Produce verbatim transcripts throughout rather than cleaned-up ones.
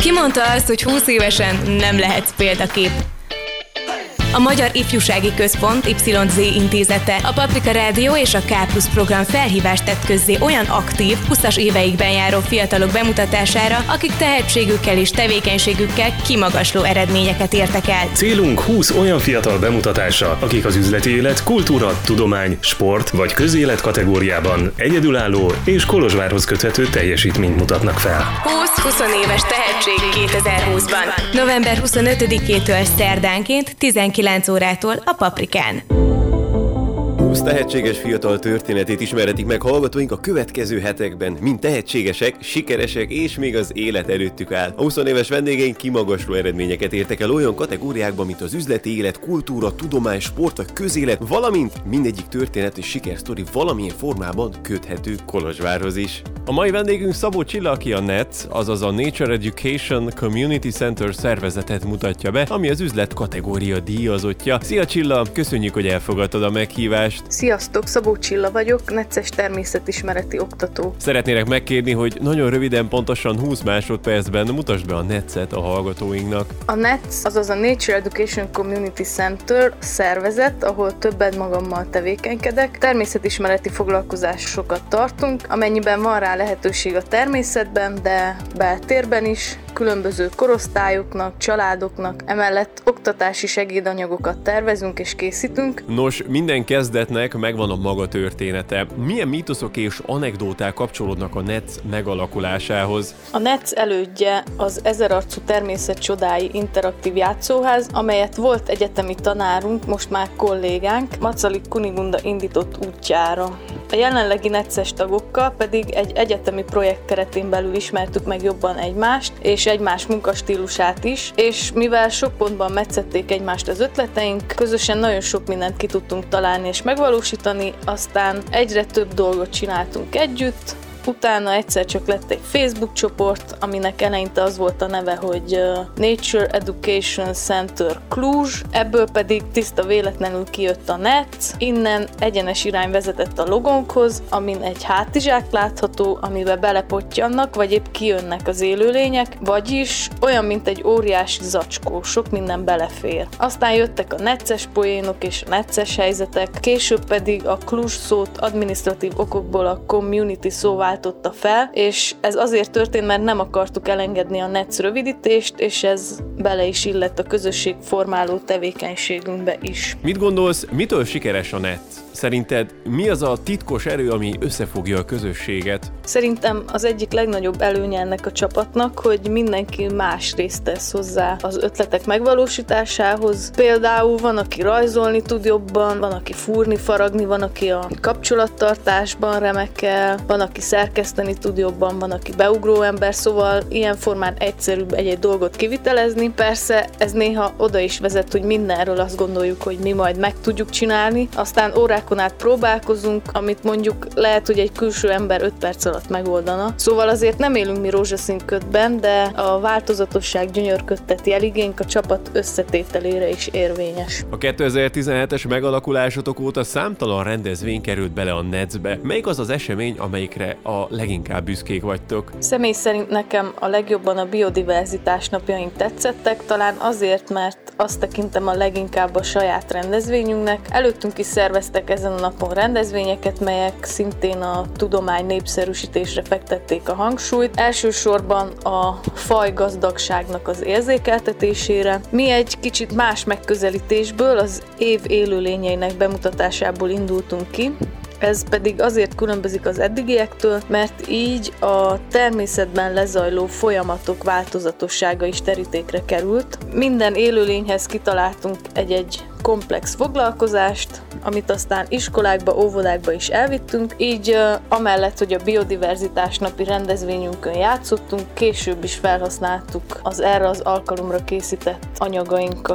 Ki mondta azt, hogy húsz évesen nem lehetsz példakép? A Magyar Ifjúsági Központ Y Z intézete, a Paprika Rádió és a K plusz program felhívást tett közzé olyan aktív, húszas éveikben járó fiatalok bemutatására, akik tehetségükkel és tevékenységükkel kimagasló eredményeket értek el. Célunk húsz olyan fiatal bemutatása, akik az üzleti élet, kultúra, tudomány, sport vagy közélet kategóriában egyedülálló és Kolozsvárhoz köthető teljesítményt mutatnak fel. húsz-húsz éves tehetség kétezer-húszban. november huszonötödikétől szerdánként tizenkilenc órától a Paprikán. húsz tehetséges fiatal történetét ismerhetik meg hallgatóink a következő hetekben, mind tehetségesek, sikeresek és még az élet előttük áll. A húsz éves vendégeink kimagasló eredményeket értek el olyan kategóriákban, mint az üzleti élet, kultúra, tudomány, sport vagy közélet, valamint mindegyik történet és sikersztori valamilyen formában köthető Kolozsvárhoz is. A mai vendégünk Szabó Csilla, aki a N E C, azaz a Nature Education Community Center szervezetet mutatja be, ami az üzlet kategória díjazottja. Szia Csilla, köszönjük, hogy elfogadtad a meghívást. Sziasztok, Szabó Csilla vagyok, necces természetismereti oktató. Szeretnélek megkérni, hogy nagyon röviden, pontosan húsz másodpercben mutasd be a N E C-et a hallgatóinknak. A N E C, azaz a Nature Education Community Center szervezet, ahol többet magammal tevékenykedek. Természetismereti foglalkozásokat tartunk, amennyiben van rá lehetőség a természetben, de beltérben is, különböző korosztályoknak, családoknak, emellett oktatási segédanyagokat tervezünk és készítünk. Nos, minden kezdetnek megvan a maga története. Milyen mítoszok és anekdóták kapcsolódnak a N E C megalakulásához? A N E C elődje az ezerarcú természet csodái interaktív játszóház, amelyet volt egyetemi tanárunk, most már kollégánk, Macalik Kunigunda indított útjára. A jelenlegi N E C-es tagokkal pedig egy egyetemi projekt keretén belül ismertük meg jobban egymást, és egymás munkastílusát is, és mivel sok pontban metszették egymást az ötleteink, közösen nagyon sok mindent ki tudtunk találni és megvalósítani, aztán egyre több dolgot csináltunk együtt. Utána egyszer csak lett egy Facebook csoport, aminek eleinte az volt a neve, hogy Nature Education Center Cluj, ebből pedig tiszta véletlenül kijött a N E C, innen egyenes irány vezetett a logónkhoz, amin egy hátizsák látható, amiben belepottyannak, vagy épp kijönnek az élőlények, vagyis olyan, mint egy óriási zacskó, sok minden belefér. Aztán jöttek a necces poénok és a necces helyzetek, később pedig a Cluj szót adminisztratív okokból a community szóval váltotta fel, és ez azért történt, mert nem akartuk elengedni a N E C rövidítést, és ez bele is illett a közösség formáló tevékenységünkbe is. Mit gondolsz, mitől sikeres a N E C? Szerinted mi az a titkos erő, ami összefogja a közösséget? Szerintem az egyik legnagyobb előnye ennek a csapatnak, hogy mindenki más részt tesz hozzá az ötletek megvalósításához. Például van, aki rajzolni tud jobban, van, aki fúrni, faragni, van, aki a kapcsolattartásban remekel, van, aki szerkeszteni tud jobban, van, aki beugró ember, szóval ilyen formán egyszerűbb egy-egy dolgot kivitelezni. Persze ez néha oda is vezet, hogy mindenről azt gondoljuk, hogy mi majd meg tudjuk csinálni, aztán órákon át próbálkozunk, amit mondjuk lehet, hogy egy külső ember öt perc alatt megoldana. Szóval azért nem élünk mi rózsaszín ködben, de a változatosság gyönyörködteti eligénk a csapat összetételére is érvényes. A kétezer-tizenhetes megalakulásotok óta számtalan rendezvény került bele a N E C-be. Melyik az az esemény, amelyikre a leginkább büszkék vagytok? Személy szerint nekem a legjobban a biodiverzitás napjaink tetszettek, talán azért, mert azt tekintem a leginkább a saját rendezvényünknek. Előttünk is szerveztek ezen a napon rendezvényeket, melyek szintén a tudomány népszerűsítésre fektették a hangsúlyt. Elsősorban a fajgazdagságnak az érzékeltetésére. Mi egy kicsit más megközelítésből, az év élőlényeinek bemutatásából indultunk ki. Ez pedig azért különbözik az eddigiektől, mert így a természetben lezajló folyamatok változatossága is terítékre került. Minden élőlényhez kitaláltunk egy-egy komplex foglalkozást, amit aztán iskolákba, óvodákba is elvittünk, így amellett, hogy a biodiverzitás napi rendezvényünkön játszottunk, később is felhasználtuk az erre az alkalomra készített anyagainkat.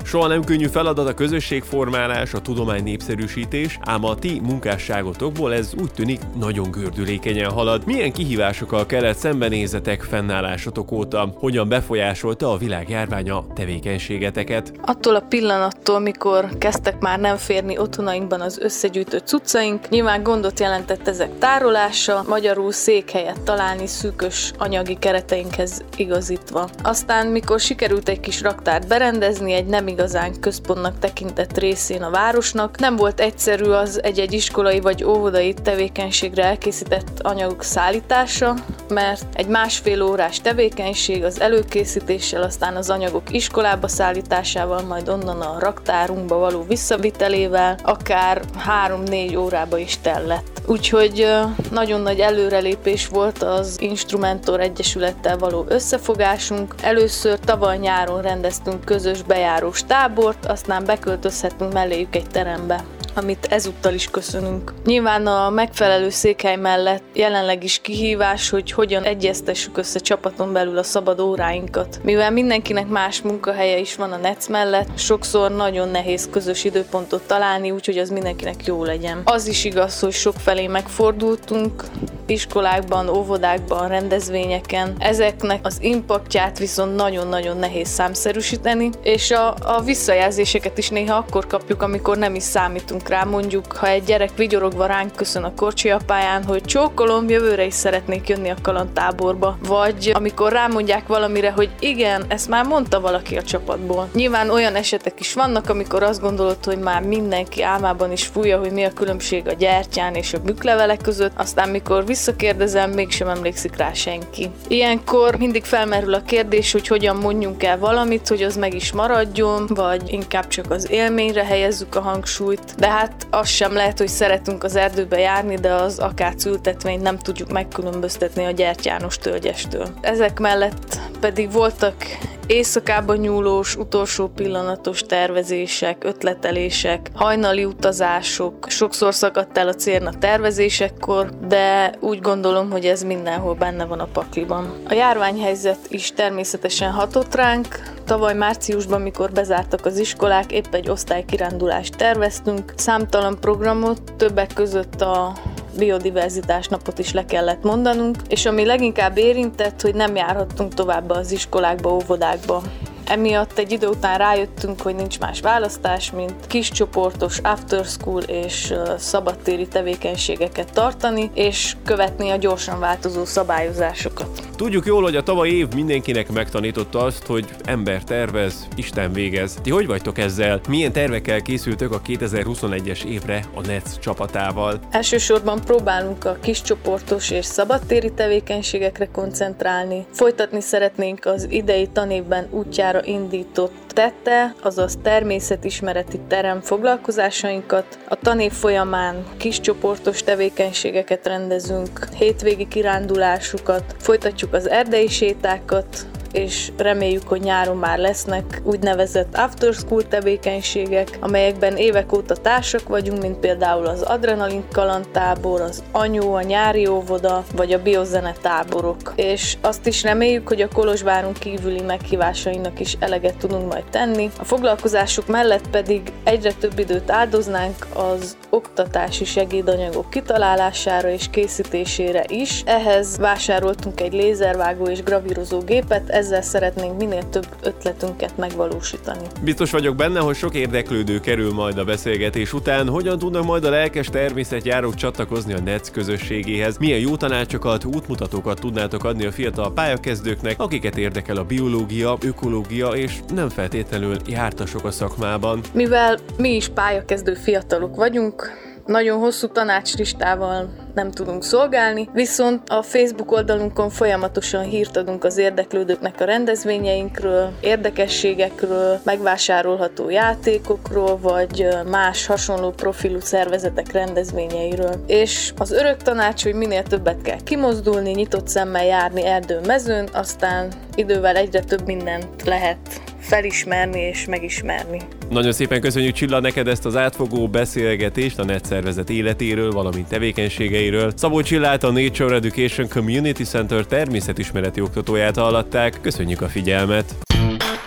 Soha nem könnyű feladat a közösségformálás, a tudomány népszerűsítés, ám a ti munkásságotokból ez úgy tűnik nagyon gördülékenyen halad. Milyen kihívásokkal kellett szembenézzetek fennállásotok óta? Hogyan befolyásolta a világjárvány a tevékenységeteket? Attól a pillanattól, mikor kezdtek már nem férni otthonainkban az összegyűjtött cuccaink, nyilván gondot jelentett ezek tárolása, magyarul székhelyet találni szűkös anyagi kereteinkhez igazítva. Aztán, mikor sikerült egy kis raktárt berendezni egy nem igazán központnak tekintett részén a városnak, nem volt egyszerű az egy-egy iskolai vagy óvodai tevékenységre elkészített anyagok szállítása, mert egy másfél órás tevékenység az előkészítéssel, aztán az anyagok iskolába szállításával, majd onnan a raktárunkba való visszavitelével akár három-négy órába is tellett. Úgyhogy nagyon nagy előrelépés volt az Instrumentor Egyesülettel való összefogásunk. Először tavaly nyáron rendeztünk közös bejárós tábort, aztán beköltözhetünk melléjük egy terembe, amit ezúttal is köszönünk. Nyilván a megfelelő székhely mellett jelenleg is kihívás, hogy hogyan egyeztessük össze csapaton belül a szabad óráinkat. Mivel mindenkinek más munkahelye is van a NEC mellett, sokszor nagyon nehéz közös időpontot találni, úgyhogy az mindenkinek jó legyen. Az is igaz, hogy sokfelé megfordultunk, iskolákban, óvodákban, rendezvényeken. Ezeknek az impaktját viszont nagyon-nagyon nehéz számszerűsíteni, és a, a visszajelzéseket is néha akkor kapjuk, amikor nem is számítunk rá. Mondjuk, ha egy gyerek vigyorogva ránk köszön a korcsolyapályán, hogy csókolom, jövőre is szeretnék jönni a kalandtáborba. Vagy amikor rámondják valamire, hogy igen, ezt már mondta valaki a csapatból. Nyilván olyan esetek is vannak, amikor azt gondolod, hogy már mindenki álmában is fújja, hogy mi a különbség a gyertyán és a bükklevele között, aztán mikor visszakérdezem, mégsem emlékszik rá senki. Ilyenkor mindig felmerül a kérdés, hogy hogyan mondjunk el valamit, hogy az meg is maradjon, vagy inkább csak az élményre helyezzük a hangsúlyt. De hát az sem lehet, hogy szeretünk az erdőbe járni, de az akác ültetvényt nem tudjuk megkülönböztetni a gyertyános tölgyestől. Ezek mellett pedig voltak éjszakában nyúlós, utolsó pillanatos tervezések, ötletelések, hajnali utazások, sokszor szakadt el a cérna tervezésekkor, de úgy gondolom, hogy ez mindenhol benne van a pakliban. A járványhelyzet is természetesen hatott ránk. Tavaly márciusban, mikor bezártak az iskolák, épp egy osztálykirándulást terveztünk. Számtalan programot, többek között a biodiverzitás napot is le kellett mondanunk, és ami leginkább érintett, hogy nem járhattunk tovább az iskolákba, óvodákba. Emiatt egy idő után rájöttünk, hogy nincs más választás, mint kiscsoportos after school és szabadtéri tevékenységeket tartani, és követni a gyorsan változó szabályozásokat. Tudjuk jól, hogy a tavalyi év mindenkinek megtanította azt, hogy ember tervez, Isten végez. Ti hogy vagytok ezzel? Milyen tervekkel készültök a kétezer-huszonegyes évre a NEC csapatával? Elsősorban próbálunk a kiscsoportos és szabadtéri tevékenységekre koncentrálni. Folytatni szeretnénk az idei tanévben útjára indított tette, azaz természetismereti terem foglalkozásainkat. A tanév folyamán kiscsoportos tevékenységeket rendezünk, hétvégi kirándulásukat, folytatjuk az erdei sétákat, és reméljük, hogy nyáron már lesznek úgynevezett after school tevékenységek, amelyekben évek óta társak vagyunk, mint például az Adrenalin kalandtábor, az Anyó, a nyári óvoda, vagy a biozene táborok. És azt is reméljük, hogy a Kolozsváron kívüli meghívásainak is eleget tudunk majd tenni. A foglalkozásuk mellett pedig egyre több időt áldoznánk az oktatási segédanyagok kitalálására és készítésére is. Ehhez vásároltunk egy lézervágó és gravírozó gépet, ezzel szeretnénk minél több ötletünket megvalósítani. Biztos vagyok benne, hogy sok érdeklődő kerül majd a beszélgetés után. Hogyan tudnak majd a lelkes természetjárók csatlakozni a NEC közösségéhez? Milyen jó tanácsokat, útmutatókat tudnátok adni a fiatal pályakezdőknek, akiket érdekel a biológia, ökológia és nem feltétlenül jártasok a szakmában? Mivel mi is pályakezdő fiatalok vagyunk, nagyon hosszú tanácslistával nem tudunk szolgálni, viszont a Facebook oldalunkon folyamatosan hírt adunk az érdeklődőknek a rendezvényeinkről, érdekességekről, megvásárolható játékokról, vagy más hasonló profilú szervezetek rendezvényeiről. És az örök tanács, hogy minél többet kell kimozdulni, nyitott szemmel járni erdőn, mezőn, aztán idővel egyre több mindent lehet felismerni és megismerni. Nagyon szépen köszönjük, Csilla, neked ezt az átfogó beszélgetést a NEC szervezet életéről, valamint tevékenységeiről. Szabó Csillát, a Nature Education Community Center természetismereti oktatóját hallották. Köszönjük a figyelmet!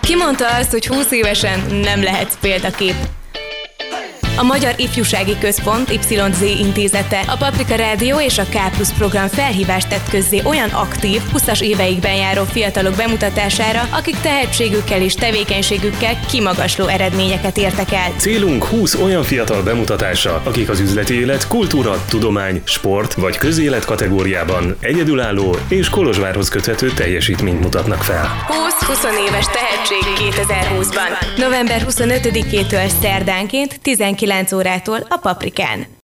Ki mondta azt, hogy húsz évesen nem lehetsz példakép? A Magyar Ifjúsági Központ Y Z intézete, a Paprika Rádió és a K plusz program felhívást tett közzé olyan aktív, húszas éveikben járó fiatalok bemutatására, akik tehetségükkel és tevékenységükkel kimagasló eredményeket értek el. Célunk húsz olyan fiatal bemutatása, akik az üzleti élet, kultúra, tudomány, sport vagy közélet kategóriában egyedülálló és Kolozsvárhoz köthető teljesítményt mutatnak fel. húsz-húsz éves tehetség kétezer-húszban. november huszonötödikétől szerdánként tizenkilenc órától a Paprikán.